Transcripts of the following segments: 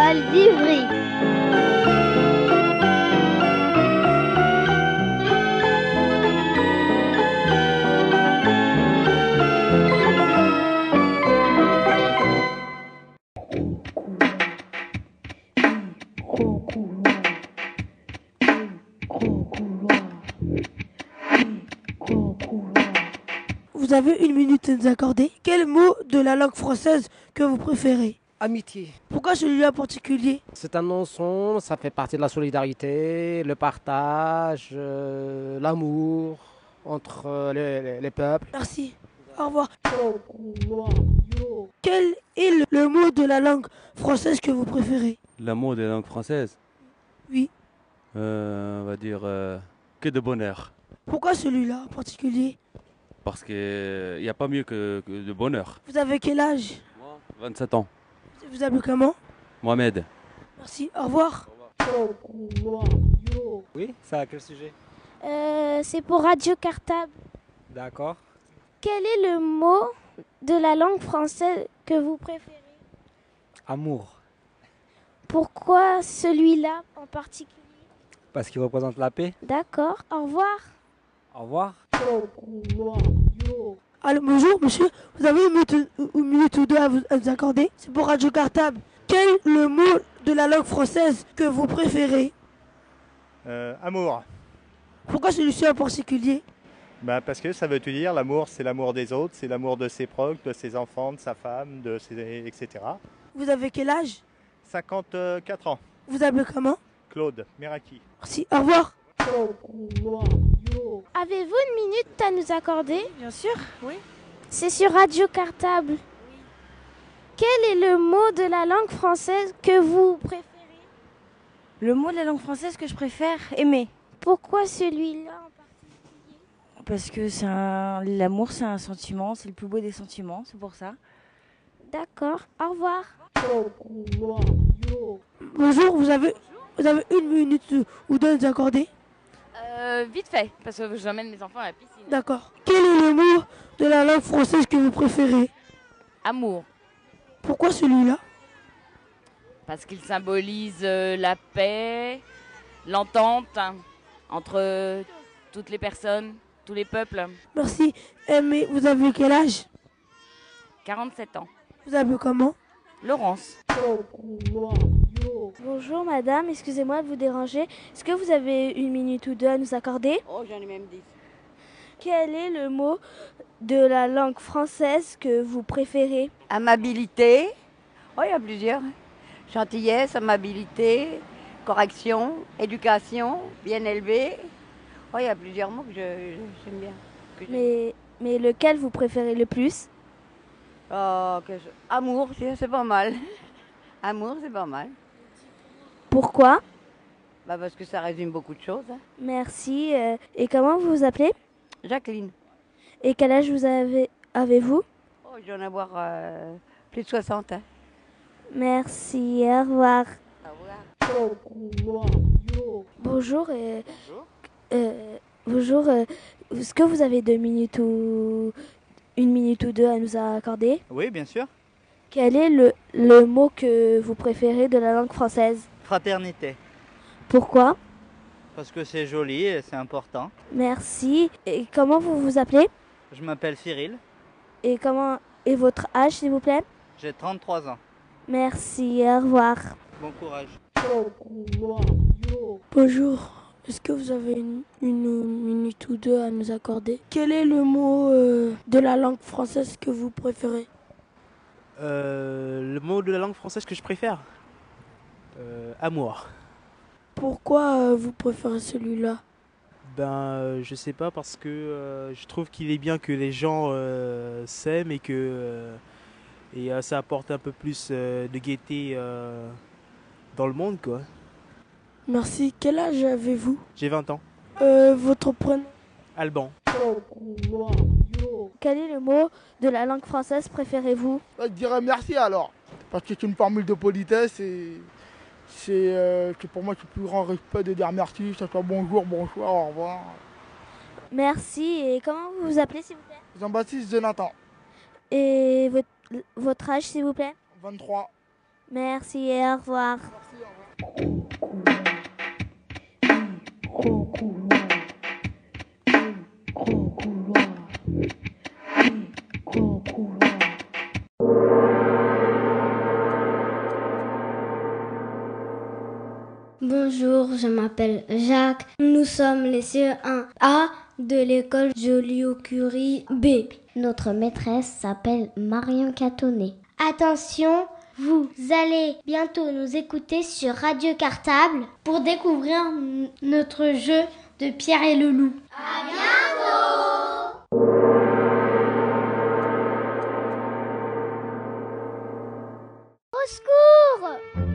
régionale d'Ivry. Vous avez une minute à nous accorder. Quel mot de la langue française que vous préférez? Amitié. Pourquoi celui-là en particulier? C'est un ensemble, ça fait partie de la solidarité, le partage, l'amour entre les peuples. Merci. Au revoir. Quel est le mot de la langue française que vous préférez? L'amour de la langue française, Oui. on va dire que de bonheur. Pourquoi celui-là en particulier? Parce qu'il n'y a pas mieux que de bonheur. Vous avez quel âge? Moi, 27 ans. Vous appelez comment? Mohamed. Merci. Au revoir. Oui, c'est à quel sujet? C'est pour Radio Cartable. D'accord. Quel est le mot de la langue française que vous préférez? Amour, Pourquoi celui-là en particulier? parce qu'il représente la paix. D'accord, au revoir. Au revoir. Allô, bonjour monsieur. Vous avez une minute ou deux à nous accorder? C'est pour Radio Cartable. Quel est le mot de la langue française que vous préférez? Amour. Pourquoi celui-ci en particulier? Parce que ça veut tout dire, l'amour c'est l'amour des autres, c'est l'amour de ses proches, de ses enfants, de sa femme, etc. Vous avez quel âge? 54 ans. Vous appelez comment? Claude Meraki. Merci. Au revoir. Avez-vous une minute à nous accorder? Bien sûr, oui. C'est sur Radio Cartable. Quel est le mot de la langue française que vous préférez? Le mot de la langue française que je préfère, aimer. Pourquoi celui-là en particulier? Parce que l'amour, c'est un sentiment, c'est le plus beau des sentiments, c'est pour ça. D'accord, au revoir. Bonjour, vous avez une minute ou deux à nous accorder? Vite fait, parce que j'emmène mes enfants à la piscine. D'accord. Quel est le mot de la langue française que vous préférez? Amour, Pourquoi celui-là? parce qu'il symbolise la paix, l'entente entre toutes les personnes, tous les peuples. Merci. Mais vous avez quel âge? 47 ans. Vous appelez comment? Laurence. Bonjour madame, excusez-moi de vous déranger. Est-ce que vous avez une minute ou deux à nous accorder? Oh, j'en ai même 10. Quel est le mot de la langue française que vous préférez? Amabilité. Oh, il y a plusieurs. Gentillesse, amabilité, correction, éducation, bien élevé. Oh, il y a plusieurs mots que j'aime bien. Mais lequel vous préférez le plus? Amour, c'est pas mal. Amour, c'est pas mal. Pourquoi? Parce que ça résume beaucoup de choses. Hein. Merci. Et comment vous vous appelez? Jacqueline. Et quel âge avez-vous? Oh, je dois en avoir plus de 60. Hein. Merci, au revoir. Au revoir. Bonjour. Bonjour. Est-ce que vous avez une minute ou deux à nous accorder? Oui, bien sûr. Quel est le mot que vous préférez de la langue française? Fraternité. Pourquoi? Parce que c'est joli et c'est important. Merci. Et comment vous vous appelez? Je m'appelle Cyril. Et comment est votre âge, s'il vous plaît? J'ai 33 ans. Merci, au revoir. Bon courage. Bonjour. Est-ce que vous avez une minute ou deux à nous accorder? Quel est le mot de la langue française que vous préférez? Le mot de la langue française que je préfère? Amour. Pourquoi vous préférez celui-là? Je sais pas, parce que je trouve qu'il est bien que les gens s'aiment et que ça apporte un peu plus de gaieté dans le monde, quoi. Merci. Quel âge avez-vous? J'ai 20 ans. Votre prénom? Alban. Quel est le mot de la langue française préférez-vous? Je dirais merci alors, parce que c'est une formule de politesse et c'est pour moi c'est le plus grand respect de dire merci, que ce soit bonjour, bonsoir, au revoir. Merci. Et comment vous vous appelez, s'il vous plaît? Jean-Baptiste Jonathan. Et votre âge, s'il vous plaît? 23. Merci et au revoir. Bonjour, je m'appelle Jacques. Nous sommes les CE1A de l'école Joliot-Curie B. Notre maîtresse s'appelle Marion Catonnet. Attention, vous allez bientôt nous écouter sur Radio Cartable pour découvrir notre jeu de Pierre et le loup. À bientôt! Au secours!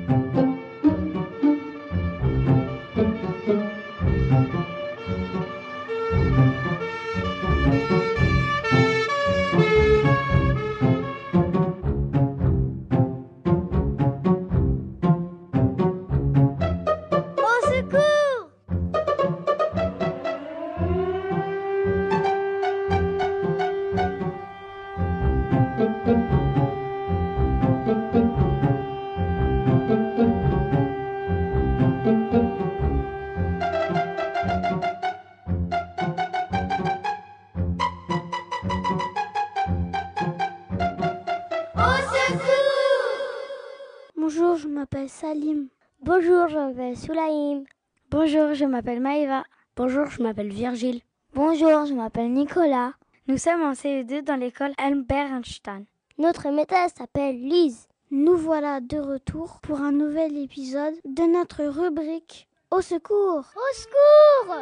Bonjour, je m'appelle Salim. Bonjour, je m'appelle Soulaïm. Bonjour, je m'appelle Maïva. Bonjour, je m'appelle Virgile. Bonjour, je m'appelle Nicolas. Nous sommes en CE2 dans l'école Albert Einstein. Notre maîtresse s'appelle Lise. Nous voilà de retour pour un nouvel épisode de notre rubrique Au secours! Au secours!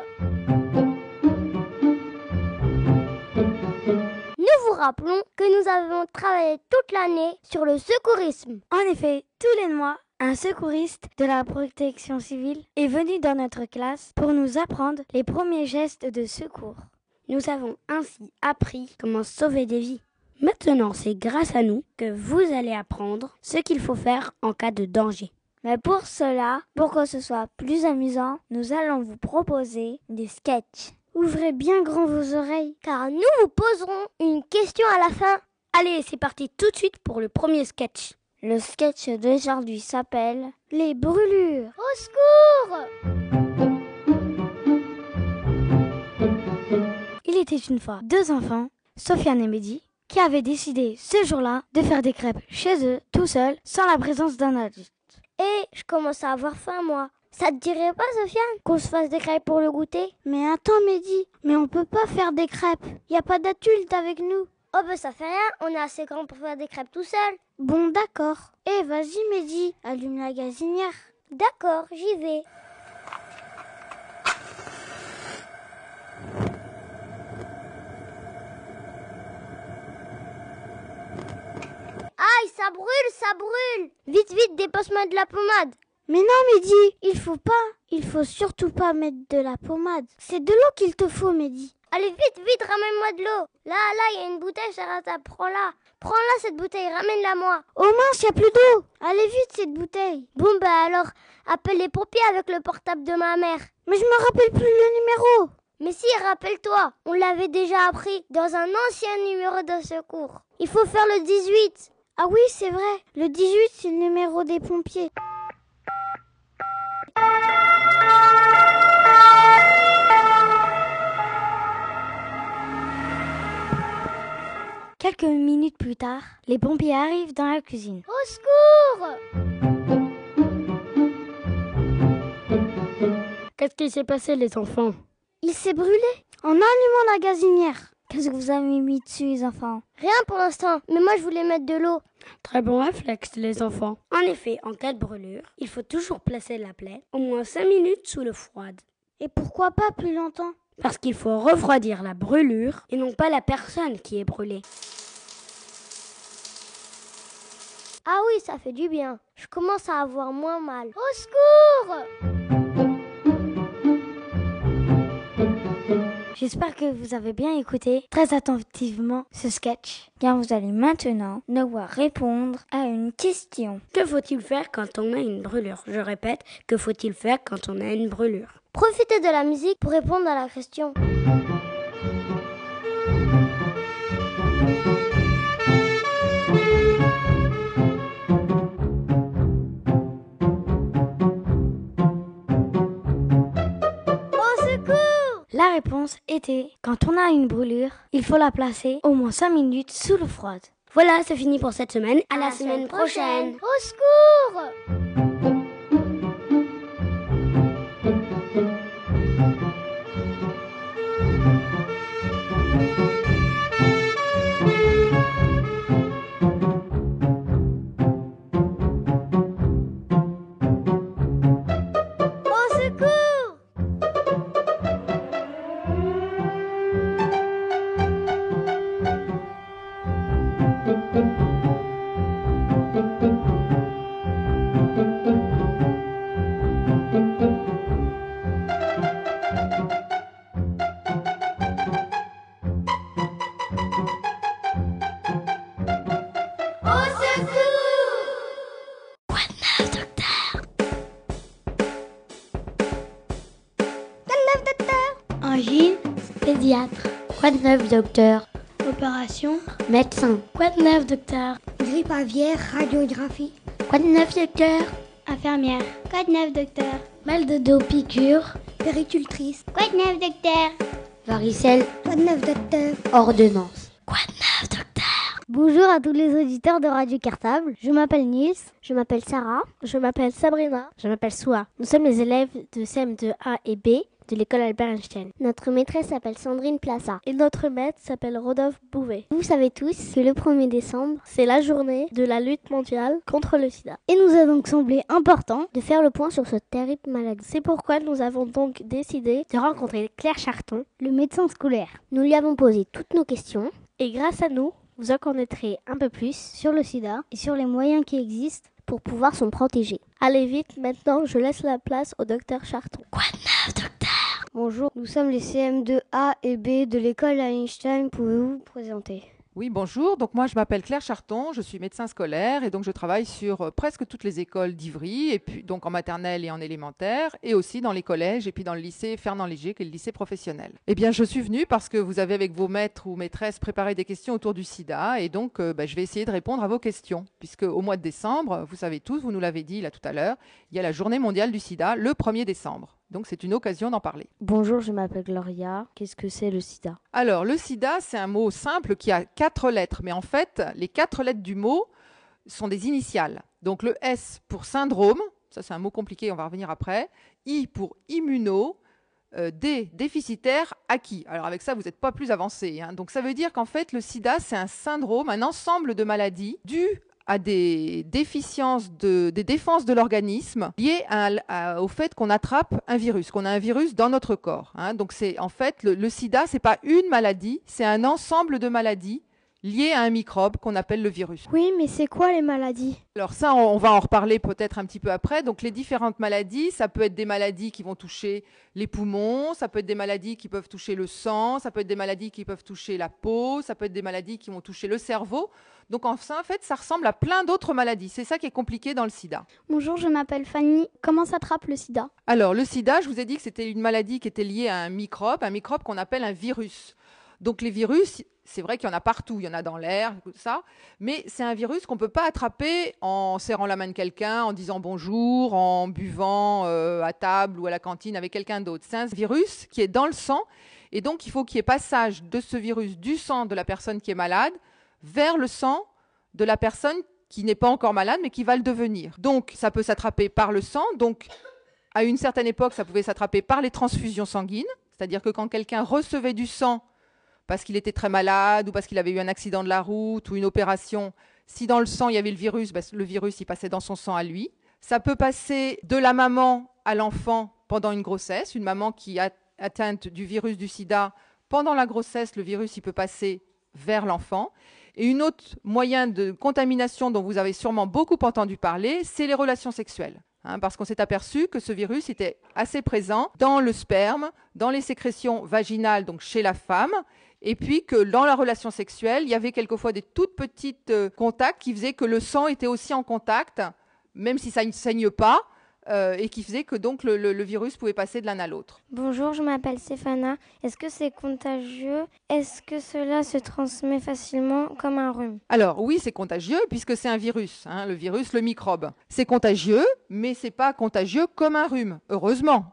Nous vous rappelons que nous avons travaillé toute l'année sur le secourisme. En effet, tous les mois, un secouriste de la protection civile est venu dans notre classe pour nous apprendre les premiers gestes de secours. Nous avons ainsi appris comment sauver des vies. Maintenant, c'est grâce à nous que vous allez apprendre ce qu'il faut faire en cas de danger. Mais pour cela, pour que ce soit plus amusant, nous allons vous proposer des sketchs. Ouvrez bien grand vos oreilles, car nous vous poserons une question à la fin. Allez, c'est parti tout de suite pour le premier sketch. Le sketch d'aujourd'hui s'appelle « Les brûlures ». Au secours! Il était une fois deux enfants, Sofiane et Mehdi, qui avaient décidé ce jour-là de faire des crêpes chez eux, tout seuls, sans la présence d'un adulte. Et je commence à avoir faim, moi. Ça te dirait pas, Sofiane, qu'on se fasse des crêpes pour le goûter? Mais attends, Mehdi, mais on peut pas faire des crêpes. Y a pas d'adulte avec nous. Oh ben ça fait rien, on est assez grand pour faire des crêpes tout seul. Bon, d'accord. Eh, vas-y, Mehdi, allume la gazinière. D'accord, j'y vais. Aïe, ça brûle! Vite, vite, dépose-moi de la pommade. Mais non, Mehdi, il faut surtout pas mettre de la pommade. C'est de l'eau qu'il te faut, Mehdi. Allez, vite, ramène-moi de l'eau. Là, il y a une bouteille sur la table, prends-la. Prends-la, cette bouteille, ramène-la moi. Oh mince, y a plus d'eau. Allez vite, cette bouteille. Bon, alors, appelle les pompiers avec le portable de ma mère. Mais je me rappelle plus le numéro. Mais si, rappelle-toi, on l'avait déjà appris dans un ancien numéro de secours. Il faut faire le 18. Ah oui, c'est vrai. Le 18, c'est le numéro des pompiers. Quelques minutes plus tard, les pompiers arrivent dans la cuisine. Au secours! Qu'est-ce qui s'est passé, les enfants? Il s'est brûlé en allumant la gazinière. Qu'est-ce que vous avez mis dessus, les enfants? Rien pour l'instant, mais moi je voulais mettre de l'eau. Très bon réflexe, les enfants. En effet, en cas de brûlure, il faut toujours placer la plaie au moins 5 minutes sous l'eau froide. Et pourquoi pas plus longtemps? Parce qu'il faut refroidir la brûlure et non pas la personne qui est brûlée. Ah oui, ça fait du bien. Je commence à avoir moins mal. Au secours! J'espère que vous avez bien écouté très attentivement ce sketch, car vous allez maintenant devoir répondre à une question. Que faut-il faire quand on a une brûlure? Je répète, que faut-il faire quand on a une brûlure? Profitez de la musique pour répondre à la question. la réponse était, quand on a une brûlure, il faut la placer au moins 5 minutes sous l'eau froide. Voilà, c'est fini pour cette semaine. À la semaine prochaine. Au secours! Angine, pédiatre. Quoi de neuf, docteur? Opération. Médecin. Quoi de neuf, docteur? Grippe aviaire, radiographie. Quoi de neuf, docteur? Infirmière. Quoi de neuf, docteur? Mal de dos, piqûre. Péricultrice. Quoi de neuf, docteur? Varicelle. Quoi de neuf, docteur? Ordonnance. Quoi de neuf, docteur? Bonjour à tous les auditeurs de Radio Cartable. Je m'appelle Nils. Je m'appelle Sarah. Je m'appelle Sabrina. Je m'appelle Soua. Nous sommes les élèves de CM2A et B de l'école Albert Einstein. Notre maîtresse s'appelle Sandrine Plassa. Et notre maître s'appelle Rodolphe Bouvet. Vous savez tous que le 1er décembre, c'est la journée de la lutte mondiale contre le sida. Et nous a donc semblé important de faire le point sur cette terrible maladie. C'est pourquoi nous avons donc décidé de rencontrer Claire Charton, le médecin scolaire. Nous lui avons posé toutes nos questions. Et grâce à nous, vous en connaîtrez un peu plus sur le sida et sur les moyens qui existent pour pouvoir s'en protéger. Allez vite, maintenant je laisse la place au docteur Charton. Quoi de neuf, docteur? Bonjour, nous sommes les CM2A et B de l'école Einstein. Pouvez-vous vous présenter? Oui, bonjour. Donc moi, je m'appelle Claire Charton, je suis médecin scolaire et donc je travaille sur presque toutes les écoles d'Ivry, et puis donc en maternelle et en élémentaire, et aussi dans les collèges et puis dans le lycée Fernand Léger, qui est le lycée professionnel. Eh bien, je suis venue parce que vous avez avec vos maîtres ou maîtresses préparé des questions autour du sida, et donc je vais essayer de répondre à vos questions, puisque au mois de décembre, vous savez tous, vous nous l'avez dit là tout à l'heure, il y a la journée mondiale du sida le 1er décembre. Donc c'est une occasion d'en parler. Bonjour, je m'appelle Gloria. Qu'est-ce que c'est le sida? Alors le sida, c'est un mot simple qui a 4 lettres. Mais en fait, les 4 lettres du mot sont des initiales. Donc le S pour syndrome, ça c'est un mot compliqué, on va revenir après. I pour immuno, D déficitaire, acquis. Alors avec ça, vous n'êtes pas plus avancé. Donc ça veut dire qu'en fait, le sida, c'est un syndrome, un ensemble de maladies dues à des déficiences, des défenses de l'organisme liées au fait qu'on attrape un virus, qu'on a un virus dans notre corps. Donc c'est en fait le sida, c'est pas une maladie, c'est un ensemble de maladies liées à un microbe qu'on appelle le virus. Oui, mais c'est quoi les maladies? Alors ça, on va en reparler peut-être un petit peu après. Donc les différentes maladies, ça peut être des maladies qui vont toucher les poumons, ça peut être des maladies qui peuvent toucher le sang, ça peut être des maladies qui peuvent toucher la peau, ça peut être des maladies qui vont toucher le cerveau. Donc en fait, ça ressemble à plein d'autres maladies. C'est ça qui est compliqué dans le sida. Bonjour, je m'appelle Fanny. Comment s'attrape le sida? Alors le sida, je vous ai dit que c'était une maladie qui était liée à un microbe qu'on appelle un virus. Donc les virus, c'est vrai qu'il y en a partout, il y en a dans l'air, tout ça, mais c'est un virus qu'on ne peut pas attraper en serrant la main de quelqu'un, en disant bonjour, en buvant à table ou à la cantine avec quelqu'un d'autre. C'est un virus qui est dans le sang, et donc il faut qu'il y ait passage de ce virus du sang de la personne qui est malade vers le sang de la personne qui n'est pas encore malade, mais qui va le devenir. Donc ça peut s'attraper par le sang, donc à une certaine époque, ça pouvait s'attraper par les transfusions sanguines, c'est-à-dire que quand quelqu'un recevait du sang parce qu'il était très malade ou parce qu'il avait eu un accident de la route ou une opération, si dans le sang il y avait le virus il passait dans son sang à lui. Ça peut passer de la maman à l'enfant pendant une grossesse. Une maman qui est atteinte du virus du sida, pendant la grossesse, le virus il peut passer vers l'enfant. Et une autre moyen de contamination dont vous avez sûrement beaucoup entendu parler, c'est les relations sexuelles. Parce qu'on s'est aperçu que ce virus était assez présent dans le sperme, dans les sécrétions vaginales, donc chez la femme, et puis que dans la relation sexuelle, il y avait quelquefois des toutes petites contacts qui faisaient que le sang était aussi en contact, même si ça ne saigne pas, et qui faisait que donc le virus pouvait passer de l'un à l'autre. Bonjour, je m'appelle Stéphana. Est-ce que c'est contagieux? Est-ce que cela se transmet facilement comme un rhume? Alors oui, c'est contagieux puisque c'est un virus, le virus, le microbe. C'est contagieux, mais c'est pas contagieux comme un rhume, heureusement.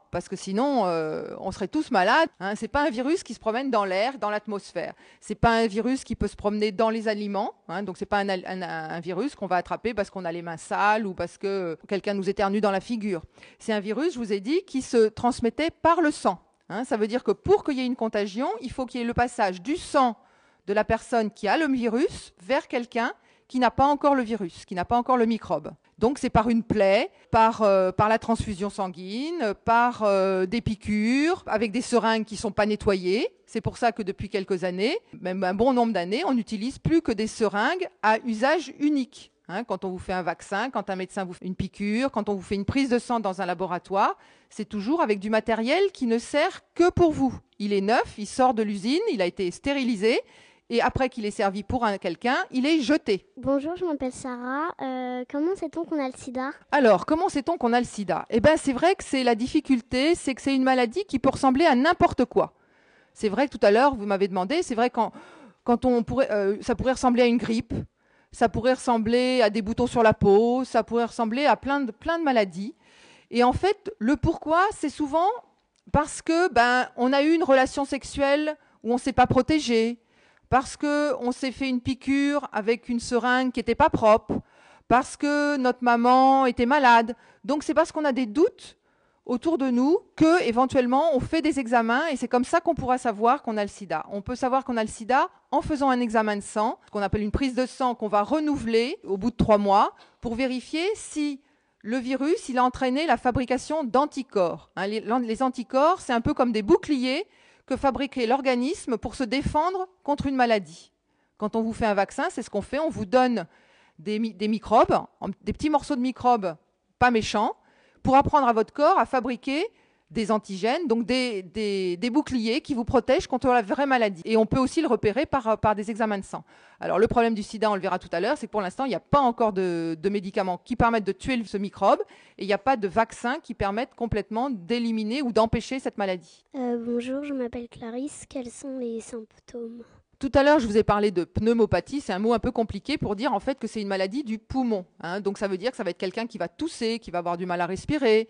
parce que sinon, on serait tous malades. Hein. Ce n'est pas un virus qui se promène dans l'air, dans l'atmosphère. Ce n'est pas un virus qui peut se promener dans les aliments. Hein. Donc, ce n'est pas un virus qu'on va attraper parce qu'on a les mains sales ou parce que quelqu'un nous éternue dans la figure. C'est un virus, je vous ai dit, qui se transmettait par le sang. Hein. Ça veut dire que pour qu'il y ait une contagion, il faut qu'il y ait le passage du sang de la personne qui a le virus vers quelqu'un qui n'a pas encore le virus, qui n'a pas encore le microbe. Donc c'est par une plaie, par la transfusion sanguine, par des piqûres, avec des seringues qui ne sont pas nettoyées. C'est pour ça que depuis quelques années, même un bon nombre d'années, on n'utilise plus que des seringues à usage unique. Hein, quand on vous fait un vaccin, quand un médecin vous fait une piqûre, quand on vous fait une prise de sang dans un laboratoire, c'est toujours avec du matériel qui ne sert que pour vous. Il est neuf, il sort de l'usine, il a été stérilisé. Et après qu'il est servi pour quelqu'un, il est jeté. Bonjour, je m'appelle Sarah. Comment sait-on qu'on a le sida? Alors, comment sait-on qu'on a le sida? Eh bien, c'est vrai que c'est la difficulté, c'est que c'est une maladie qui peut ressembler à n'importe quoi. C'est vrai que tout à l'heure, vous m'avez demandé, c'est vrai quand on pourrait, ça pourrait ressembler à une grippe, ça pourrait ressembler à des boutons sur la peau, ça pourrait ressembler à plein de maladies. Et en fait, le pourquoi, c'est souvent parce que on a eu une relation sexuelle où on ne s'est pas protégé, parce qu'on s'est fait une piqûre avec une seringue qui n'était pas propre, parce que notre maman était malade. Donc c'est parce qu'on a des doutes autour de nous qu'éventuellement on fait des examens et c'est comme ça qu'on pourra savoir qu'on a le sida. On peut savoir qu'on a le sida en faisant un examen de sang, ce qu'on appelle une prise de sang qu'on va renouveler au bout de 3 mois pour vérifier si le virus il a entraîné la fabrication d'anticorps. Hein, les anticorps, c'est un peu comme des boucliers que fabriquer l'organisme pour se défendre contre une maladie. Quand on vous fait un vaccin, c'est ce qu'on fait, on vous donne des microbes, des petits morceaux de microbes pas méchants, pour apprendre à votre corps à fabriquer des antigènes, donc des boucliers qui vous protègent contre la vraie maladie. Et on peut aussi le repérer par des examens de sang. Alors le problème du sida, on le verra tout à l'heure, c'est que pour l'instant, il n'y a pas encore de médicaments qui permettent de tuer ce microbe et il n'y a pas de vaccins qui permettent complètement d'éliminer ou d'empêcher cette maladie. Bonjour, je m'appelle Clarisse. Quels sont les symptômes? Tout à l'heure, je vous ai parlé de pneumopathie. C'est un mot un peu compliqué pour dire en fait que c'est une maladie du poumon. Hein. Donc ça veut dire que ça va être quelqu'un qui va tousser, qui va avoir du mal à respirer.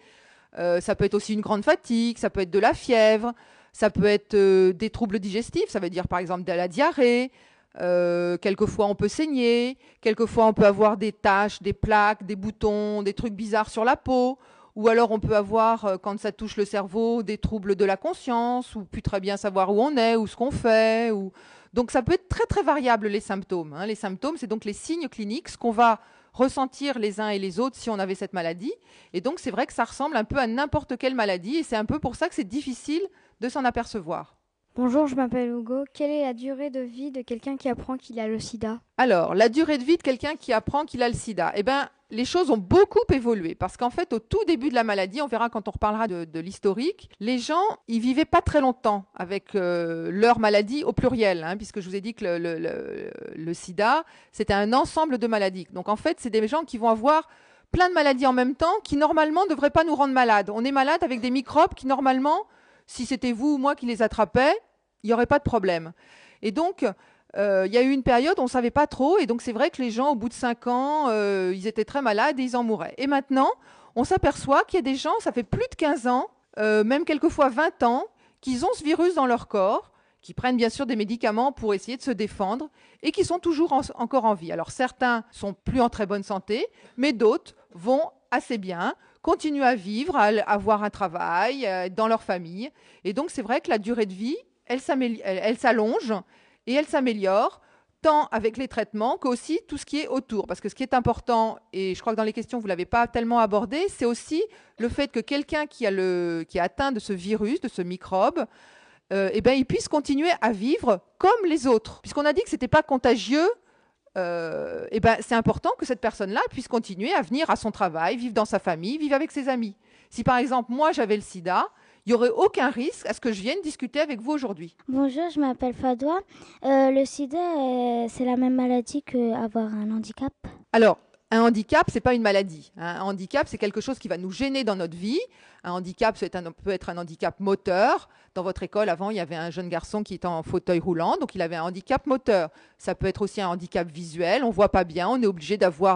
Ça peut être aussi une grande fatigue, ça peut être de la fièvre, ça peut être des troubles digestifs, ça veut dire par exemple de la diarrhée. Quelquefois on peut saigner, quelquefois on peut avoir des taches, des plaques, des boutons, des trucs bizarres sur la peau. Ou alors on peut avoir, quand ça touche le cerveau, des troubles de la conscience, ou plus très bien savoir où on est, ou ce qu'on fait. Donc ça peut être très très variable les symptômes. Hein. Les symptômes, c'est donc les signes cliniques, ce qu'on va ressentir les uns et les autres si on avait cette maladie. Et donc c'est vrai que ça ressemble un peu à n'importe quelle maladie, et c'est un peu pour ça que c'est difficile de s'en apercevoir. Bonjour, je m'appelle Hugo. Quelle est la durée de vie de quelqu'un qui apprend qu'il a le sida? Alors, la durée de vie de quelqu'un qui apprend qu'il a le sida, eh bien, les choses ont beaucoup évolué parce qu'en fait, au tout début de la maladie, on verra quand on reparlera de l'historique, les gens, ils vivaient pas très longtemps avec leur maladie au pluriel, hein, puisque je vous ai dit que le sida, c'était un ensemble de maladies. Donc en fait, c'est des gens qui vont avoir plein de maladies en même temps qui normalement ne devraient pas nous rendre malades. On est malade avec des microbes qui normalement, si c'était vous ou moi qui les attrapait, il n'y aurait pas de problème. Et donc, il y a eu une période où on ne savait pas trop, et donc c'est vrai que les gens, au bout de 5 ans, ils étaient très malades et ils en mouraient. Et maintenant, on s'aperçoit qu'il y a des gens, ça fait plus de 15 ans, même quelquefois 20 ans, qu'ils ont ce virus dans leur corps, qui prennent bien sûr des médicaments pour essayer de se défendre, et qui sont toujours encore en vie. Alors certains sont plus en très bonne santé, mais d'autres vont assez bien, continuent à vivre, à avoir un travail, dans leur famille. Et donc c'est vrai que la durée de vie, elle s'allonge et elle s'améliore, tant avec les traitements qu'aussi tout ce qui est autour. Parce que ce qui est important, et je crois que dans les questions, vous ne l'avez pas tellement abordé, c'est aussi le fait que quelqu'un qui a atteint de ce virus, de ce microbe, il puisse continuer à vivre comme les autres. Puisqu'on a dit que ce n'était pas contagieux, c'est important que cette personne-là puisse continuer à venir à son travail, vivre dans sa famille, vivre avec ses amis. Si par exemple, moi, j'avais le sida, il n'y aurait aucun risque à ce que je vienne discuter avec vous aujourd'hui. Bonjour, je m'appelle Fadoua. Le sida, c'est la même maladie qu'avoir un handicap? Alors, un handicap, ce n'est pas une maladie. Un handicap, c'est quelque chose qui va nous gêner dans notre vie. Un handicap peut être un handicap moteur. Dans votre école, avant, il y avait un jeune garçon qui était en fauteuil roulant, donc il avait un handicap moteur. Ça peut être aussi un handicap visuel, on ne voit pas bien, on est obligé d'avoir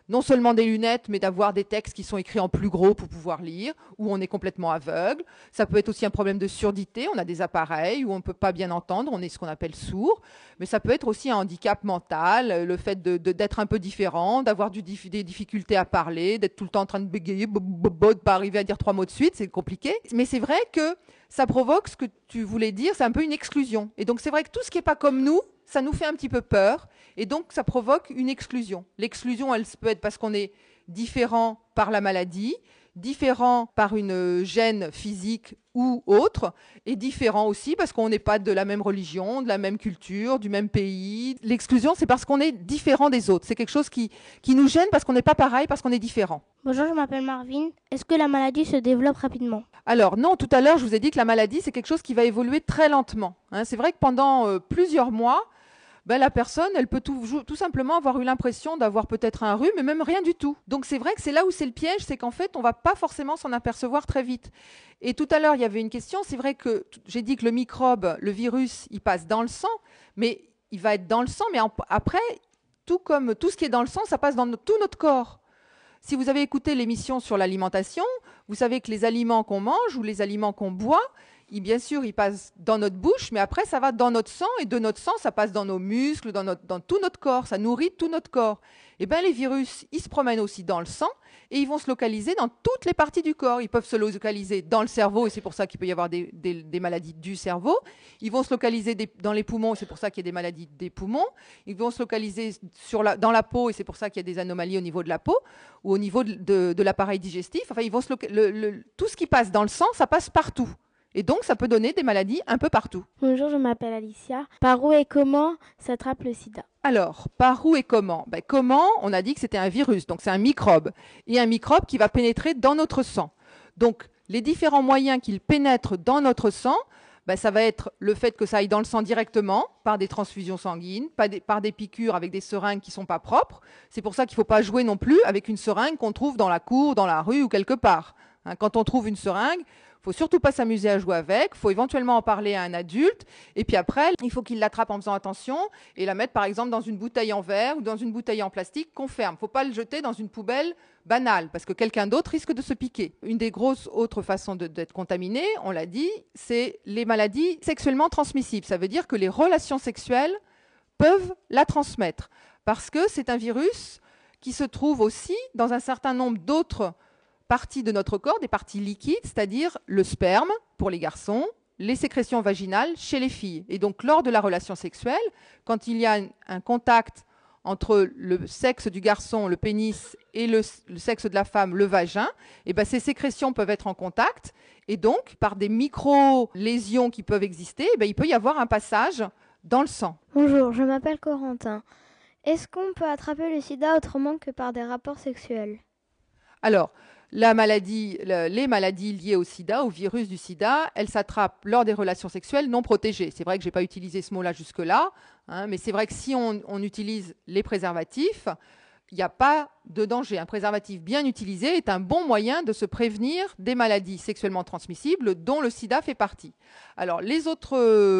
non seulement des lunettes, mais d'avoir des textes qui sont écrits en plus gros pour pouvoir lire, ou on est complètement aveugle. Ça peut être aussi un problème de surdité, on a des appareils où on ne peut pas bien entendre, on est ce qu'on appelle sourd. Mais ça peut être aussi un handicap mental, le fait d'être un peu différent, d'avoir des difficultés à parler, d'être tout le temps en train de bégayer, de pas arriver à dire 3 mots de suite, c'est compliqué. Mais c'est vrai que ça provoque ce que tu voulais dire, c'est un peu une exclusion. Et donc c'est vrai que tout ce qui n'est pas comme nous, ça nous fait un petit peu peur, et donc ça provoque une exclusion. L'exclusion, elle peut être parce qu'on est différent par la maladie, différent par une gène physique ou autre, et différent aussi parce qu'on n'est pas de la même religion, de la même culture, du même pays. L'exclusion, c'est parce qu'on est différent des autres. C'est quelque chose qui nous gêne parce qu'on n'est pas pareil, parce qu'on est différent. Bonjour, je m'appelle Marvin. Est-ce que la maladie se développe rapidement? Alors non, tout à l'heure, je vous ai dit que la maladie, c'est quelque chose qui va évoluer très lentement. C'est vrai que pendant plusieurs mois, la personne, elle peut tout simplement avoir eu l'impression d'avoir peut-être un rhume, mais même rien du tout. Donc c'est vrai que c'est là où c'est le piège, c'est qu'en fait, on ne va pas forcément s'en apercevoir très vite. Et tout à l'heure, il y avait une question, c'est vrai que j'ai dit que le microbe, le virus, il passe dans le sang, mais il va être dans le sang, mais après, tout comme tout ce qui est dans le sang, ça passe dans tout notre corps. Si vous avez écouté l'émission sur l'alimentation, vous savez que les aliments qu'on mange ou les aliments qu'on boit, bien sûr, ils passent dans notre bouche, mais après, ça va dans notre sang, et de notre sang, ça passe dans nos muscles, dans tout notre corps, ça nourrit tout notre corps. Et bien, les virus, ils se promènent aussi dans le sang, et ils vont se localiser dans toutes les parties du corps. Ils peuvent se localiser dans le cerveau, et c'est pour ça qu'il peut y avoir des maladies du cerveau. Ils vont se localiser dans les poumons, et c'est pour ça qu'il y a des maladies des poumons. Ils vont se localiser dans la peau, et c'est pour ça qu'il y a des anomalies au niveau de la peau, ou au niveau de l'appareil digestif. Enfin, ils vont tout ce qui passe dans le sang, ça passe partout. Et donc, ça peut donner des maladies un peu partout. Bonjour, je m'appelle Alicia. Par où et comment s'attrape le sida? Alors, par où et comment? Comment, on a dit que c'était un virus, donc c'est un microbe. Et un microbe qui va pénétrer dans notre sang. Donc, les différents moyens qu'il pénètre dans notre sang, ça va être le fait que ça aille dans le sang directement, par des transfusions sanguines, par des piqûres avec des seringues qui ne sont pas propres. C'est pour ça qu'il ne faut pas jouer non plus avec une seringue qu'on trouve dans la cour, dans la rue ou quelque part. Quand on trouve une seringue, il ne faut surtout pas s'amuser à jouer avec, il faut éventuellement en parler à un adulte, et puis après, il faut qu'il l'attrape en faisant attention et la mettre par exemple dans une bouteille en verre ou dans une bouteille en plastique qu'on ferme. Il ne faut pas le jeter dans une poubelle banale, parce que quelqu'un d'autre risque de se piquer. Une des grosses autres façons d'être contaminé, on l'a dit, c'est les maladies sexuellement transmissibles. Ça veut dire que les relations sexuelles peuvent la transmettre, parce que c'est un virus qui se trouve aussi dans un certain nombre d'autres parties de notre corps, des parties liquides, c'est-à-dire le sperme pour les garçons, les sécrétions vaginales chez les filles. Et donc, lors de la relation sexuelle, quand il y a un contact entre le sexe du garçon, le pénis, et le sexe de la femme, le vagin, ces sécrétions peuvent être en contact. Et donc, par des micro-lésions qui peuvent exister, il peut y avoir un passage dans le sang. Bonjour, je m'appelle Corentin. Est-ce qu'on peut attraper le sida autrement que par des rapports sexuels? Alors, les maladies liées au sida, au virus du sida, elles s'attrapent lors des relations sexuelles non protégées. C'est vrai que je n'ai pas utilisé ce mot-là jusque-là, mais c'est vrai que si on utilise les préservatifs, il n'y a pas de danger. Un préservatif bien utilisé est un bon moyen de se prévenir des maladies sexuellement transmissibles dont le sida fait partie. Alors, les autres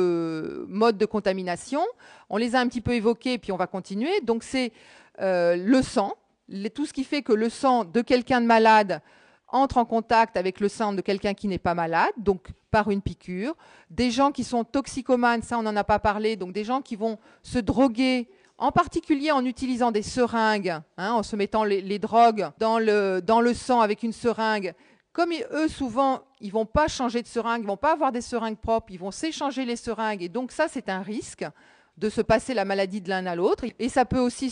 modes de contamination, on les a un petit peu évoqués, puis on va continuer. Donc, c'est le sang. Tout ce qui fait que le sang de quelqu'un de malade entre en contact avec le sang de quelqu'un qui n'est pas malade, donc par une piqûre. Des gens qui sont toxicomanes, ça on n'en a pas parlé, donc des gens qui vont se droguer, en particulier en utilisant des seringues, en se mettant les drogues dans le sang avec une seringue. Comme eux, souvent, ils ne vont pas changer de seringue, ils ne vont pas avoir des seringues propres, ils vont s'échanger les seringues, et donc ça c'est un risque de se passer la maladie de l'un à l'autre. Et ça peut aussi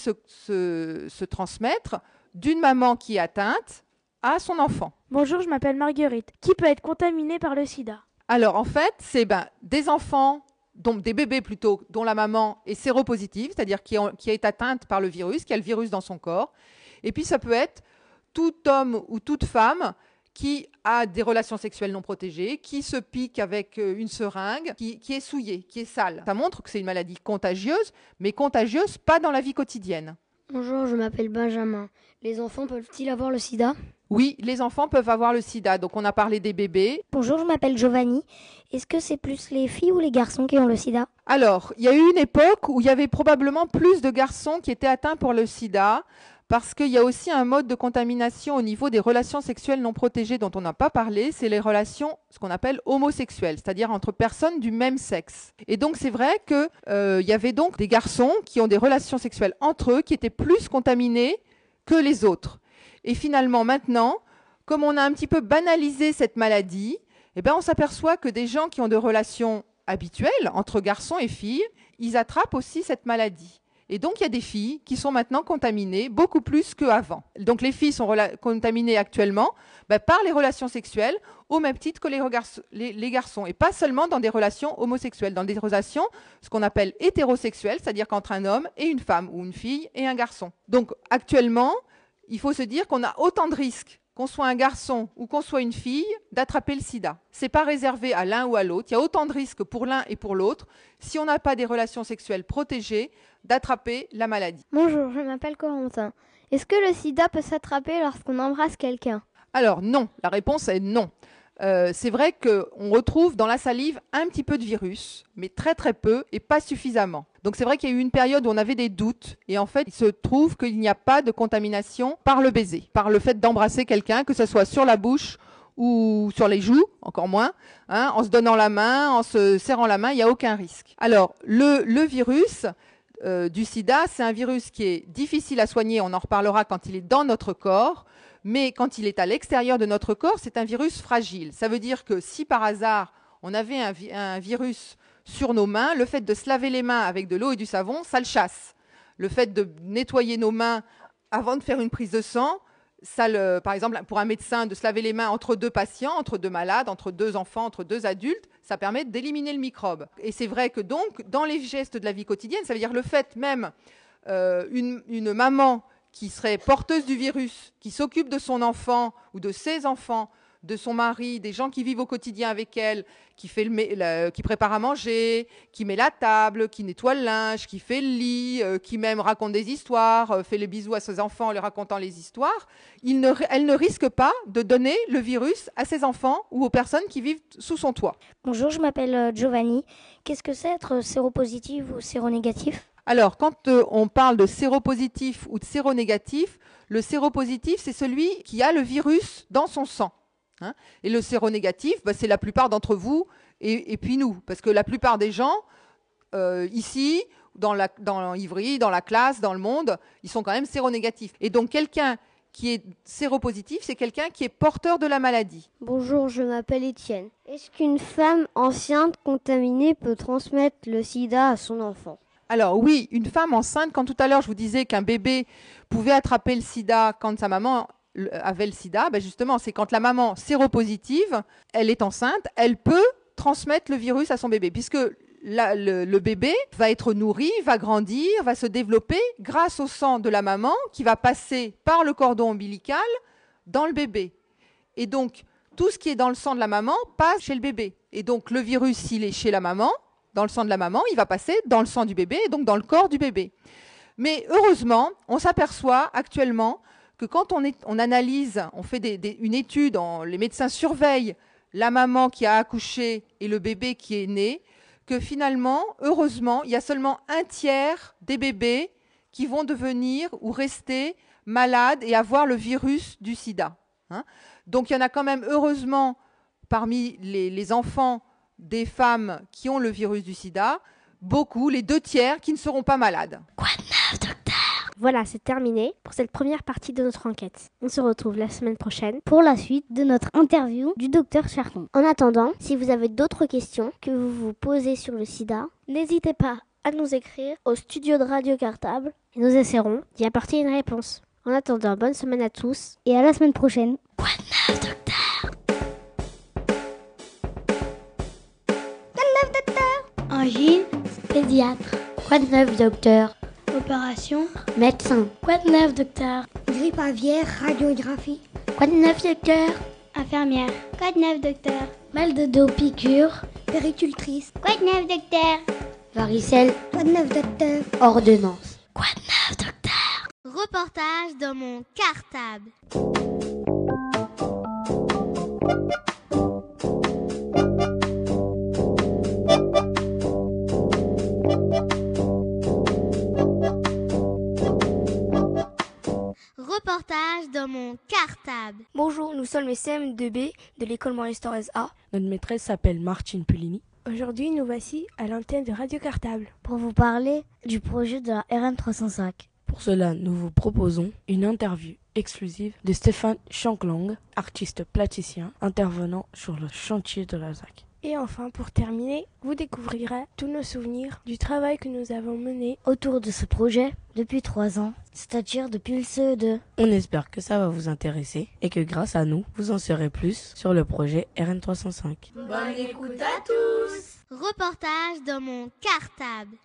se transmettre d'une maman qui est atteinte à son enfant. Bonjour, je m'appelle Marguerite. Qui peut être contaminé par le sida? Alors en fait, c'est des enfants, donc des bébés plutôt, dont la maman est séropositive, c'est-à-dire qui est atteinte par le virus, qui a le virus dans son corps. Et puis ça peut être tout homme ou toute femme qui a des relations sexuelles non protégées, qui se pique avec une seringue, qui est souillée, qui est sale. Ça montre que c'est une maladie contagieuse, mais contagieuse pas dans la vie quotidienne. Bonjour, je m'appelle Benjamin. Les enfants peuvent-ils avoir le sida? Oui, les enfants peuvent avoir le sida. Donc on a parlé des bébés. Bonjour, je m'appelle Giovanni. Est-ce que c'est plus les filles ou les garçons qui ont le sida? Alors, il y a eu une époque où il y avait probablement plus de garçons qui étaient atteints pour le sida, parce qu'il y a aussi un mode de contamination au niveau des relations sexuelles non protégées dont on n'a pas parlé, c'est les relations, ce qu'on appelle homosexuelles, c'est-à-dire entre personnes du même sexe. Et donc c'est vrai qu'il y avait donc des garçons qui ont des relations sexuelles entre eux qui étaient plus contaminés que les autres. Et finalement maintenant, comme on a un petit peu banalisé cette maladie, eh ben, on s'aperçoit que des gens qui ont des relations habituelles entre garçons et filles, ils attrapent aussi cette maladie. Et donc, il y a des filles qui sont maintenant contaminées beaucoup plus qu'avant. Donc, les filles sont contaminées actuellement par les relations sexuelles au même titre que les garçons. Et pas seulement dans des relations homosexuelles, dans des relations, ce qu'on appelle hétérosexuelles, c'est-à-dire qu'entre un homme et une femme, ou une fille et un garçon. Donc, actuellement, il faut se dire qu'on a autant de risques, qu'on soit un garçon ou qu'on soit une fille, d'attraper le sida. Ce n'est pas réservé à l'un ou à l'autre. Il y a autant de risques pour l'un et pour l'autre, si on n'a pas des relations sexuelles protégées, d'attraper la maladie. Bonjour, je m'appelle Corentin. Est-ce que le sida peut s'attraper lorsqu'on embrasse quelqu'un? Alors non, la réponse est non. C'est vrai qu'on retrouve dans la salive un petit peu de virus, mais très très peu et pas suffisamment. Donc c'est vrai qu'il y a eu une période où on avait des doutes et en fait il se trouve qu'il n'y a pas de contamination par le baiser, par le fait d'embrasser quelqu'un, que ce soit sur la bouche ou sur les joues, encore moins, hein, en se donnant la main, en se serrant la main, il n'y a aucun risque. Alors le virus du sida, c'est un virus qui est difficile à soigner, on en reparlera quand il est dans notre corps, mais quand il est à l'extérieur de notre corps, c'est un virus fragile. Ça veut dire que si par hasard on avait un virus sur nos mains, le fait de se laver les mains avec de l'eau et du savon, ça le chasse. Le fait de nettoyer nos mains avant de faire une prise de sang, par exemple, pour un médecin, de se laver les mains entre deux patients, entre deux malades, entre deux enfants, entre deux adultes, ça permet d'éliminer le microbe. Et c'est vrai que donc, dans les gestes de la vie quotidienne, ça veut dire le fait même, une maman qui serait porteuse du virus, qui s'occupe de son enfant ou de ses enfants, de son mari, des gens qui vivent au quotidien avec elle, qui prépare à manger, qui met la table, qui nettoie le linge, qui fait le lit, qui même raconte des histoires, fait les bisous à ses enfants en leur racontant les histoires, elle ne risque pas de donner le virus à ses enfants ou aux personnes qui vivent sous son toit. Bonjour, je m'appelle Giovanni. Qu'est-ce que c'est être séropositif ou séronégatif ? Alors, quand on parle de séropositif ou de séronégatif, le séropositif, c'est celui qui a le virus dans son sang. Hein, et le séronégatif, c'est la plupart d'entre vous et puis nous. Parce que la plupart des gens, ici, dans Ivry, dans la classe, dans le monde, ils sont quand même séronégatifs. Et donc, quelqu'un qui est séropositif, c'est quelqu'un qui est porteur de la maladie. Bonjour, je m'appelle Étienne. Est-ce qu'une femme enceinte contaminée peut transmettre le sida à son enfant ? Alors oui, une femme enceinte, quand tout à l'heure je vous disais qu'un bébé pouvait attraper le sida quand sa maman avait le sida, justement c'est quand la maman séropositive, elle est enceinte, elle peut transmettre le virus à son bébé, puisque le bébé va être nourri, va grandir, va se développer grâce au sang de la maman qui va passer par le cordon ombilical dans le bébé. Et donc tout ce qui est dans le sang de la maman passe chez le bébé. Et donc le virus, s'il est chez la maman, dans le sang de la maman, il va passer dans le sang du bébé et donc dans le corps du bébé. Mais heureusement, on s'aperçoit actuellement que quand on analyse, on fait une étude, les médecins surveillent la maman qui a accouché et le bébé qui est né, que finalement, heureusement, il y a seulement 1/3 des bébés qui vont devenir ou rester malades et avoir le virus du sida. Hein. Donc il y en a quand même, heureusement, parmi les enfants des femmes qui ont le virus du sida, beaucoup, les 2/3, qui ne seront pas malades. Quoi de neuf, docteur ? Voilà, c'est terminé pour cette première partie de notre enquête. On se retrouve la semaine prochaine pour la suite de notre interview du docteur Charton. En attendant, si vous avez d'autres questions que vous vous posez sur le sida, n'hésitez pas à nous écrire au studio de Radio Cartable et nous essaierons d'y apporter une réponse. En attendant, bonne semaine à tous et à la semaine prochaine. Quoi de neuf, docteur ? Angine, pédiatre. Quoi de neuf, docteur? Opération, médecin. Quoi de neuf, docteur? Grippe aviaire, radiographie. Quoi de neuf, docteur? Infirmière. Quoi de neuf, docteur? Mal de dos, piqûre. Péricultrice. Quoi de neuf, docteur? Varicelle. Quoi de neuf, docteur? Ordonnance. Quoi de neuf, docteur? Reportage dans mon cartable. dans mon cartable. Bonjour, nous sommes les CM2B de l'école Maurice Thorez A. Notre maîtresse s'appelle Martine Pullini. Aujourd'hui, nous voici à l'antenne de Radio Cartable. Pour vous parler du projet de la RN305. Pour cela, nous vous proposons une interview exclusive de Stéphane Chanklang, artiste plasticien intervenant sur le chantier de la ZAC. Et enfin, pour terminer, vous découvrirez tous nos souvenirs du travail que nous avons mené autour de ce projet depuis 3 ans, c'est-à-dire depuis le CE2. On espère que ça va vous intéresser et que grâce à nous, vous en saurez plus sur le projet RN305. Bonne écoute à tous. Reportage dans mon cartable.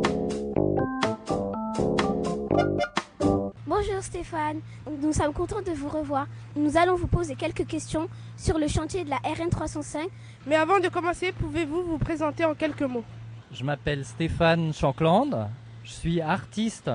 Bonjour Stéphane, nous sommes contents de vous revoir. Nous allons vous poser quelques questions sur le chantier de la RN305. Mais avant de commencer, pouvez-vous vous présenter en quelques mots? Je m'appelle Stéphane Chankland, je suis artiste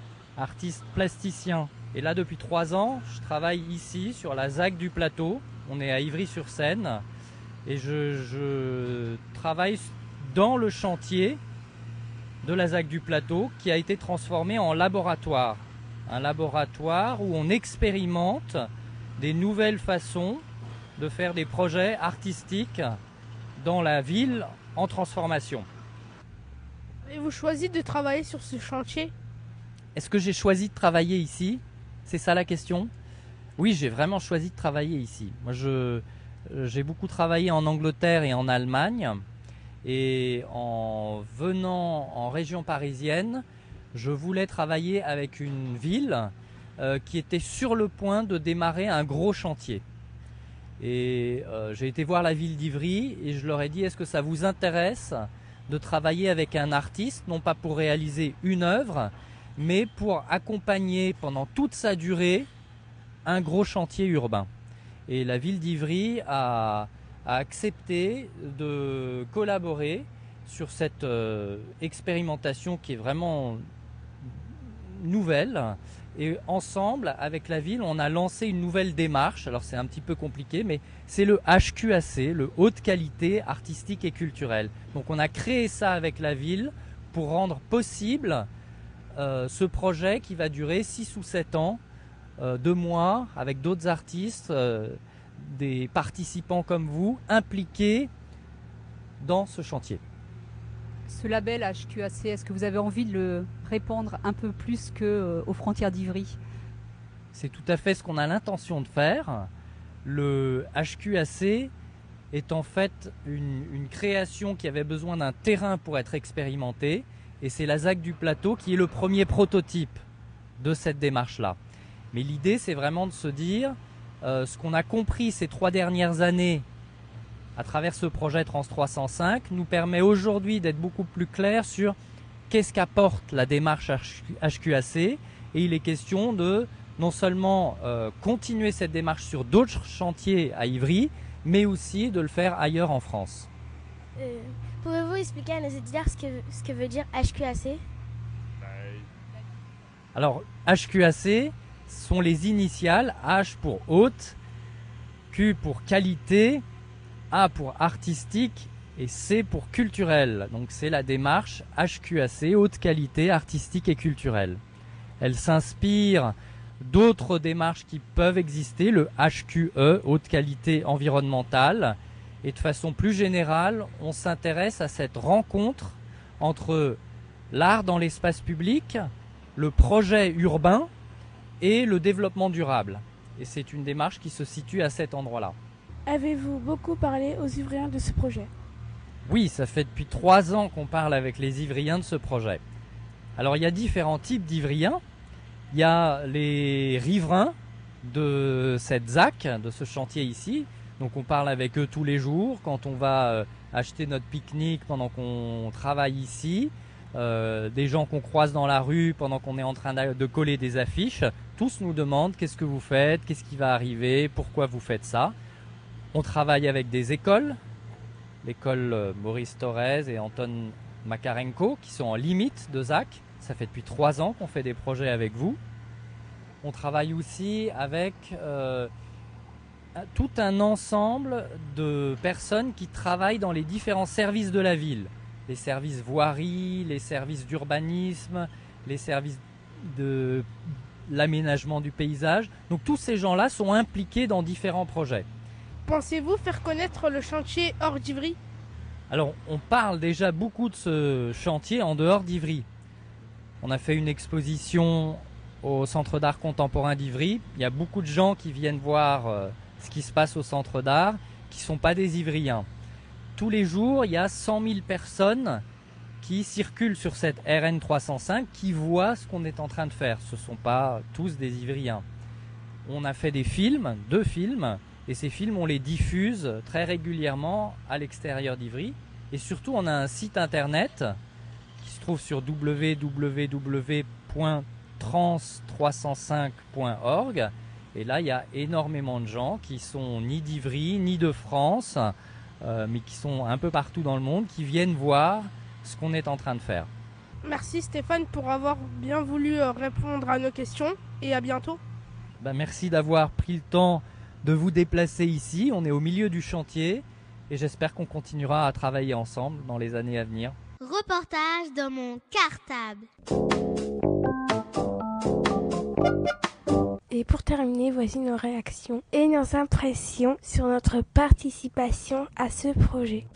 plasticien. Et là depuis 3 ans, je travaille ici sur la ZAC du Plateau. On est à Ivry-sur-Seine et je travaille dans le chantier de la ZAC du Plateau qui a été transformé en laboratoire. Un laboratoire où on expérimente des nouvelles façons de faire des projets artistiques dans la ville en transformation. Avez-vous choisi de travailler sur ce chantier? Est-ce que j'ai choisi de travailler ici? C'est ça la question? Oui, j'ai vraiment choisi de travailler ici. Moi, j'ai beaucoup travaillé en Angleterre et en Allemagne. Et en venant en région parisienne, je voulais travailler avec une ville qui était sur le point de démarrer un gros chantier. Et j'ai été voir la ville d'Ivry et je leur ai dit: est-ce que ça vous intéresse de travailler avec un artiste, non pas pour réaliser une œuvre, mais pour accompagner pendant toute sa durée un gros chantier urbain. Et la ville d'Ivry a accepté de collaborer sur cette expérimentation qui est vraiment nouvelle. Et ensemble, avec la ville, on a lancé une nouvelle démarche. Alors c'est un petit peu compliqué, mais c'est le HQAC, le haute qualité artistique et culturelle. Donc on a créé ça avec la ville pour rendre possible ce projet qui va durer 6 ou 7 ans, 2 mois, avec d'autres artistes, des participants comme vous, impliqués dans ce chantier. Ce label HQAC, est-ce que vous avez envie de le répandre un peu plus qu'aux frontières d'Ivry? C'est tout à fait ce qu'on a l'intention de faire. Le HQAC est en fait une création qui avait besoin d'un terrain pour être expérimentée, et c'est la ZAC du Plateau qui est le premier prototype de cette démarche-là. Mais l'idée, c'est vraiment de se dire, ce qu'on a compris ces 3 dernières années à travers ce projet Trans 305 nous permet aujourd'hui d'être beaucoup plus clair sur qu'est-ce qu'apporte la démarche HQAC, et il est question de non seulement continuer cette démarche sur d'autres chantiers à Ivry, mais aussi de le faire ailleurs en France. Pouvez-vous expliquer à nos éditeurs ce que veut dire HQAC? Alors HQAC sont les initiales, H pour haute, Q pour qualité, A pour artistique et C pour culturel. Donc c'est la démarche HQAC, haute qualité artistique et culturelle. Elle s'inspire d'autres démarches qui peuvent exister, le HQE, haute qualité environnementale. Et de façon plus générale, on s'intéresse à cette rencontre entre l'art dans l'espace public, le projet urbain et le développement durable. Et c'est une démarche qui se situe à cet endroit-là. Avez-vous beaucoup parlé aux Ivriens de ce projet? Oui, ça fait depuis 3 ans qu'on parle avec les Ivriens de ce projet. Alors il y a différents types d'Ivriens. Il y a les riverains de cette ZAC, de ce chantier ici. Donc on parle avec eux tous les jours quand on va acheter notre pique-nique pendant qu'on travaille ici. Des gens qu'on croise dans la rue pendant qu'on est en train de coller des affiches. Tous nous demandent qu'est-ce que vous faites, qu'est-ce qui va arriver, pourquoi vous faites ça. On travaille avec des écoles, l'école Maurice Thorez et Anton Makarenko, qui sont en limite de ZAC. Ça fait depuis 3 ans qu'on fait des projets avec vous. On travaille aussi avec tout un ensemble de personnes qui travaillent dans les différents services de la ville. Les services voirie, les services d'urbanisme, les services de l'aménagement du paysage. Donc tous ces gens-là sont impliqués dans différents projets. Pensez-vous faire connaître le chantier hors d'Ivry? Alors on parle déjà beaucoup de ce chantier en dehors d'Ivry. On a fait une exposition au Centre d'art contemporain d'Ivry. Il y a beaucoup de gens qui viennent voir ce qui se passe au Centre d'art, qui ne sont pas des Ivriens. Tous les jours, il y a 100 000 personnes qui circulent sur cette RN 305, qui voient ce qu'on est en train de faire. Ce ne sont pas tous des Ivriens. On a fait des films, 2 films, et ces films, on les diffuse très régulièrement à l'extérieur d'Ivry. Et surtout, on a un site internet qui se trouve sur www.trans305.org. Et là, il y a énormément de gens qui sont ni d'Ivry, ni de France, mais qui sont un peu partout dans le monde, qui viennent voir ce qu'on est en train de faire. Merci Stéphane pour avoir bien voulu répondre à nos questions et à bientôt. Merci d'avoir pris le temps de vous déplacer ici. On est au milieu du chantier et j'espère qu'on continuera à travailler ensemble dans les années à venir. Reportage dans mon cartable. Et pour terminer, voici nos réactions et nos impressions sur notre participation à ce projet.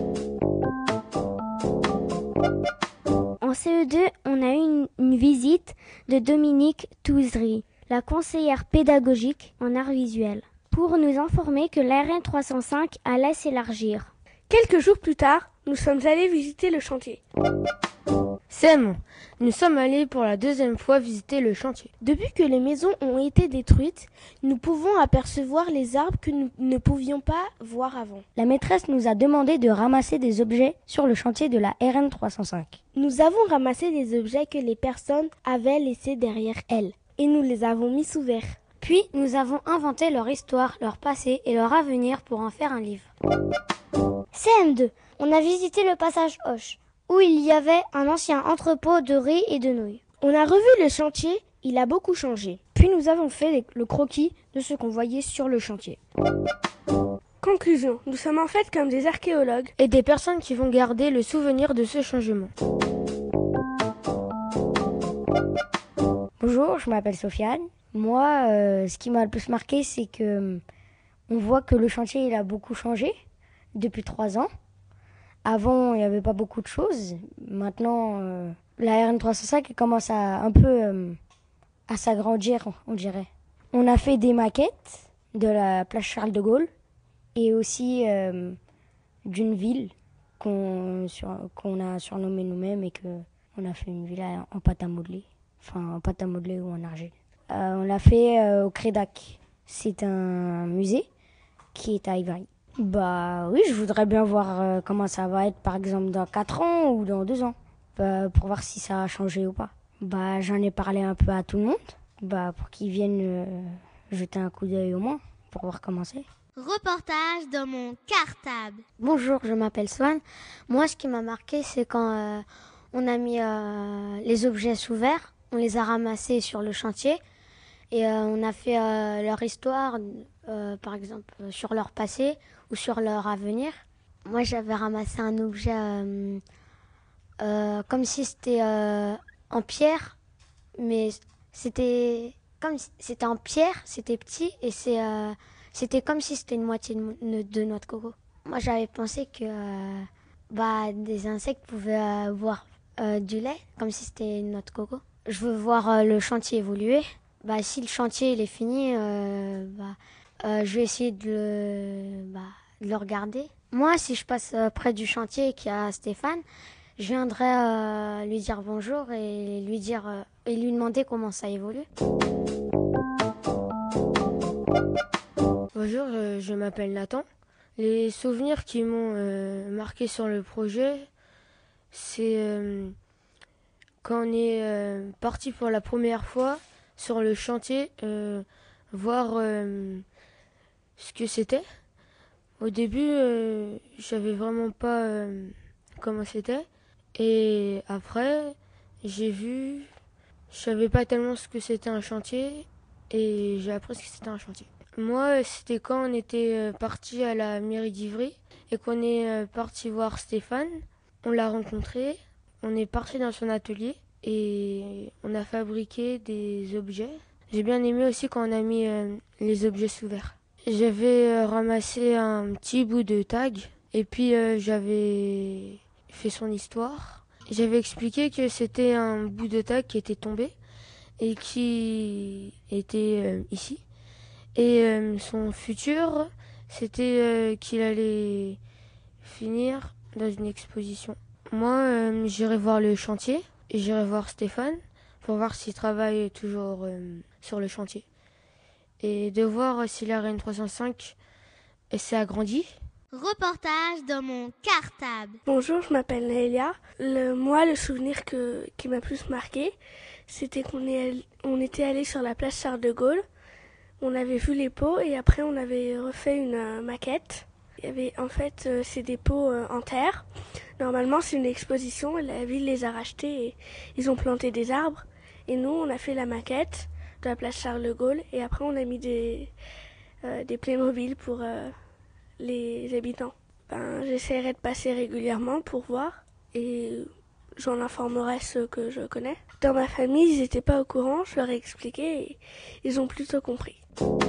En CE2, on a eu une visite de Dominique Touzery, la conseillère pédagogique en arts visuels, pour nous informer que l'RN 305 allait s'élargir. Quelques jours plus tard, nous sommes allés visiter le chantier. Sam, nous sommes allés pour la 2e fois visiter le chantier. Depuis que les maisons ont été détruites, nous pouvons apercevoir les arbres que nous ne pouvions pas voir avant. La maîtresse nous a demandé de ramasser des objets sur le chantier de la RN 305. Nous avons ramassé des objets que les personnes avaient laissés derrière elles et nous les avons mis sous verre. Puis nous avons inventé leur histoire, leur passé et leur avenir pour en faire un livre. CM2, on a visité le passage Hoche, où il y avait un ancien entrepôt de riz et de nouilles. On a revu le chantier, il a beaucoup changé. Puis nous avons fait le croquis de ce qu'on voyait sur le chantier. Conclusion, nous sommes en fait comme des archéologues et des personnes qui vont garder le souvenir de ce changement. Bonjour, je m'appelle Sofiane. Moi, ce qui m'a le plus marqué, c'est que on voit que le chantier il a beaucoup changé depuis 3 ans. Avant, il n'y avait pas beaucoup de choses. Maintenant, la RN 305 commence un peu à s'agrandir, on dirait. On a fait des maquettes de la place Charles de Gaulle et aussi d'une ville qu'on a surnommée nous-mêmes et qu'on a fait une villa en pâte à modeler. Enfin, en pâte à modeler ou en argile. On l'a fait au Crédac. C'est un musée qui est à Ivry. Bah oui, je voudrais bien voir comment ça va être par exemple dans 4 ans ou dans 2 ans. Pour voir si ça a changé ou pas. Bah j'en ai parlé un peu à tout le monde. Pour qu'ils viennent jeter un coup d'œil au moins. Pour voir comment c'est. Reportage dans mon cartable. Bonjour, je m'appelle Swan. Moi, ce qui m'a marqué, c'est quand on a mis les objets sous verre. On les a ramassés sur le chantier. Et on a fait leur histoire, par exemple, sur leur passé ou sur leur avenir. Moi, j'avais ramassé un objet comme si c'était en pierre, mais c'était en pierre, c'était petit et c'était comme si c'était une moitié de noix de coco. Moi, j'avais pensé que des insectes pouvaient boire du lait, comme si c'était une noix de coco. Je veux voir le chantier évoluer. Si le chantier il est fini, je vais essayer de le regarder. Moi, si je passe près du chantier et qu'il y a Stéphane, je viendrai lui dire bonjour et lui demander comment ça évolue. Bonjour, je m'appelle Nathan. Les souvenirs qui m'ont marqué sur le projet, c'est quand on est parti pour la première fois sur le chantier, voir ce que c'était. Au début, je savais vraiment pas comment c'était. Et après, j'ai vu, je savais pas tellement ce que c'était un chantier et j'ai appris ce que c'était un chantier. Moi, c'était quand on était parti à la mairie d'Ivry et qu'on est parti voir Stéphane. On l'a rencontré, on est parti dans son atelier et on a fabriqué des objets. J'ai bien aimé aussi quand on a mis les objets sous verre. J'avais ramassé un petit bout de tag et puis j'avais fait son histoire. J'avais expliqué que c'était un bout de tag qui était tombé et qui était ici. Et son futur, c'était qu'il allait finir dans une exposition. Moi, j'irai voir le chantier et j'irai voir Stéphane pour voir s'il travaille toujours sur le chantier. Et de voir si la Reine 305 s'est agrandie. Reportage dans mon cartable. Bonjour, je m'appelle Naëlia. Le souvenir qui m'a plus marqué, c'était qu'on était allé sur la place Charles de Gaulle. On avait vu les pots et après on avait refait une maquette. Il y avait c'est des pots en terre. Normalement c'est une exposition et la ville les a rachetés et ils ont planté des arbres. Et nous on a fait la maquette de la place Charles de Gaulle et après on a mis des Playmobil pour les habitants. J'essaierai de passer régulièrement pour voir et j'en informerai ceux que je connais. Dans ma famille, ils n'étaient pas au courant, je leur ai expliqué et ils ont plutôt compris.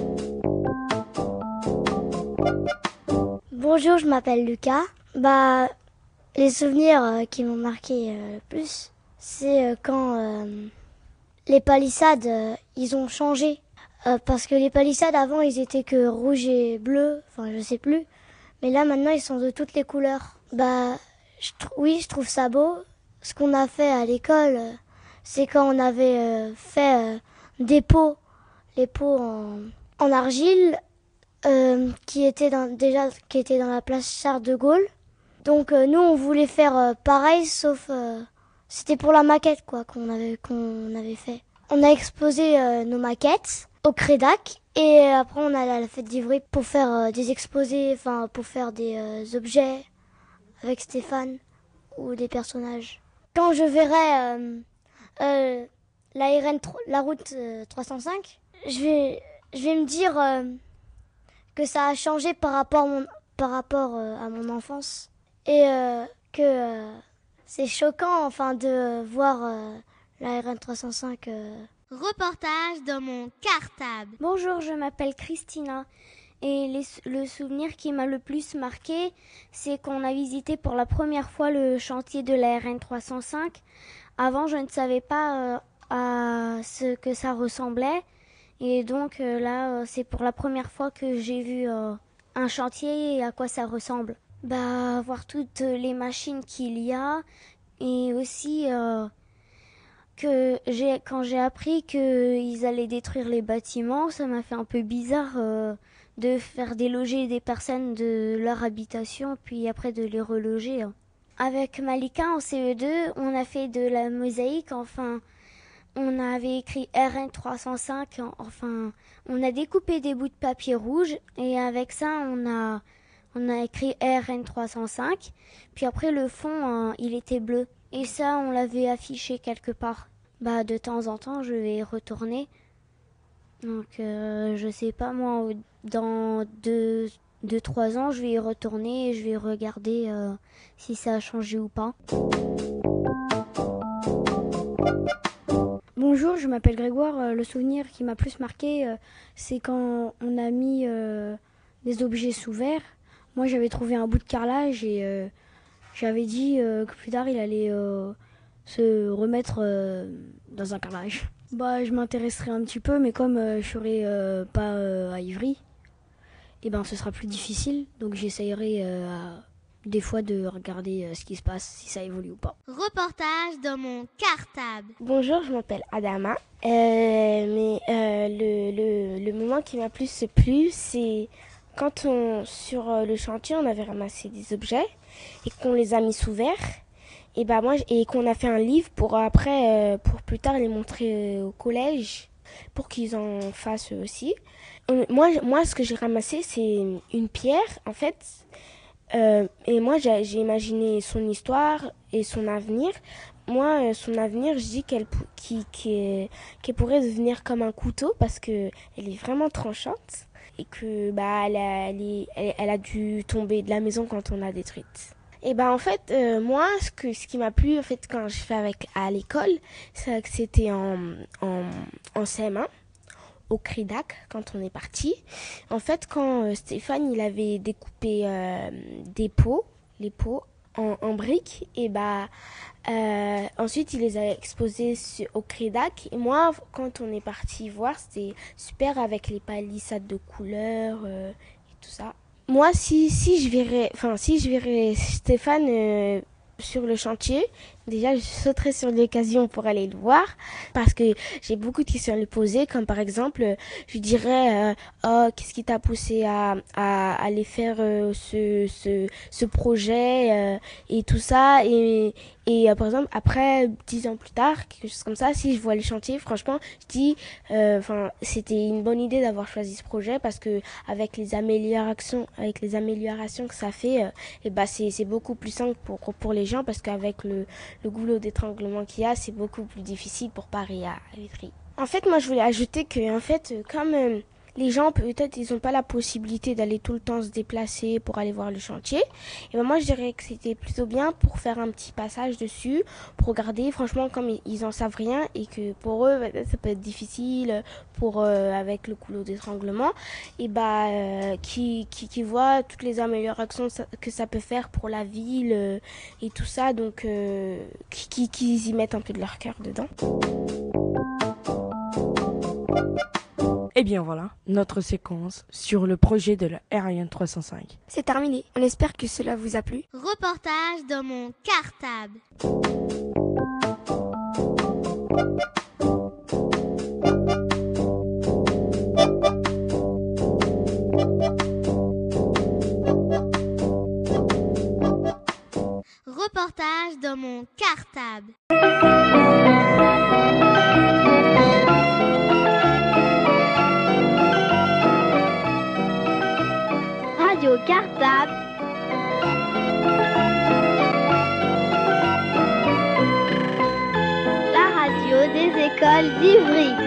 Bonjour, je m'appelle Lucas. Les souvenirs qui m'ont marqué le plus, c'est quand les palissades, ils ont changé. Parce que les palissades avant, ils étaient que rouge et bleu, je sais plus. Mais là, maintenant, ils sont de toutes les couleurs. Je trouve ça beau. Ce qu'on a fait à l'école, c'est quand on avait fait des pots, les pots en argile, qui étaient dans la place Charles de Gaulle. Donc nous, on voulait faire pareil, sauf c'était pour la maquette qu'on avait fait. On a exposé nos maquettes au Crédac et après on allait à la fête d'Ivry pour faire des exposés, pour faire des objets avec Stéphane ou des personnages. Quand je verrai la route 305, je vais me dire que ça a changé par rapport à mon enfance et que c'est choquant de voir la RN 305. Reportage dans mon cartable. Bonjour, je m'appelle Christina et le souvenir qui m'a le plus marqué, c'est qu'on a visité pour la première fois le chantier de la RN 305. Avant, je ne savais pas à ce que ça ressemblait et donc là, c'est pour la première fois que j'ai vu un chantier et à quoi ça ressemble. Voir toutes les machines qu'il y a et aussi quand j'ai appris qu'ils allaient détruire les bâtiments, ça m'a fait un peu bizarre de faire déloger des personnes de leur habitation, puis après de les reloger. Avec Malika en CE2, on a fait de la mosaïque, on avait écrit RN 305, on a découpé des bouts de papier rouge et avec ça on a écrit RN 305, puis après le fond il était bleu. Et ça, on l'avait affiché quelque part. De temps en temps, je vais y retourner. Donc, je sais pas, moi, dans 2-3 ans, je vais y retourner et je vais regarder si ça a changé ou pas. Bonjour, je m'appelle Grégoire. Le souvenir qui m'a plus marqué, c'est quand on a mis des objets sous verre. Moi, j'avais trouvé un bout de carrelage et j'avais dit que plus tard, il allait se remettre dans un carrelage. Je m'intéresserai un petit peu, mais comme je serai pas à Ivry, ce sera plus difficile. Donc j'essayerai des fois de regarder ce qui se passe, si ça évolue ou pas. Reportage dans mon cartable. Bonjour, je m'appelle Adama. Le moment qui m'a plus plu, c'est quand sur le chantier, on avait ramassé des objets et qu'on les a mis sous verre. Et qu'on a fait un livre pour plus tard les montrer au collège pour qu'ils en fassent eux aussi. Moi, ce que j'ai ramassé, c'est une pierre, en fait. Et moi, j'ai imaginé son histoire et son avenir. Moi, son avenir, je dis qu'elle pourrait devenir comme un couteau parce que elle est vraiment tranchante et que elle a dû tomber de la maison quand on l'a détruite. Et ben en fait, moi, ce qui m'a plu en fait quand je fais à l'école, c'est que c'était en CM1 au CRIDAC quand on est parti. En fait, quand Stéphane il avait découpé les pots en briques, et ensuite il les a exposés au CRIDAC. Et moi, quand on est parti voir, c'était super avec les palissades de couleurs et tout ça. Moi, si je verrais Stéphane sur le chantier, déjà je sauterais sur l'occasion pour aller le voir parce que j'ai beaucoup de questions à lui poser, comme par exemple je lui dirais qu'est-ce qui t'a poussé à aller faire ce projet et tout ça, et par exemple après 10 ans plus tard, quelque chose comme ça, si je vois le chantier, franchement je dis c'était une bonne idée d'avoir choisi ce projet parce que avec les améliorations que ça fait, c'est beaucoup plus simple pour les gens, parce qu'avec le goulot d'étranglement qu'il y a, c'est beaucoup plus difficile pour parer à Vitry. En fait, moi, je voulais ajouter que, en fait, comme les gens, peut-être, ils n'ont pas la possibilité d'aller tout le temps se déplacer pour aller voir le chantier, et moi, je dirais que c'était plutôt bien pour faire un petit passage dessus, pour regarder, franchement, comme ils en savent rien, et que pour eux, ça peut être difficile avec le goulot d'étranglement, et qui voient toutes les améliorations que ça peut faire pour la ville et tout ça, donc qu'ils y mettent un peu de leur cœur dedans. Et bien voilà, notre séquence sur le projet de la Ariane 305. C'est terminé, on espère que cela vous a plu. Reportage dans mon cartable. Reportage dans mon cartable. Radio Cartable. La radio des écoles d'Ivry.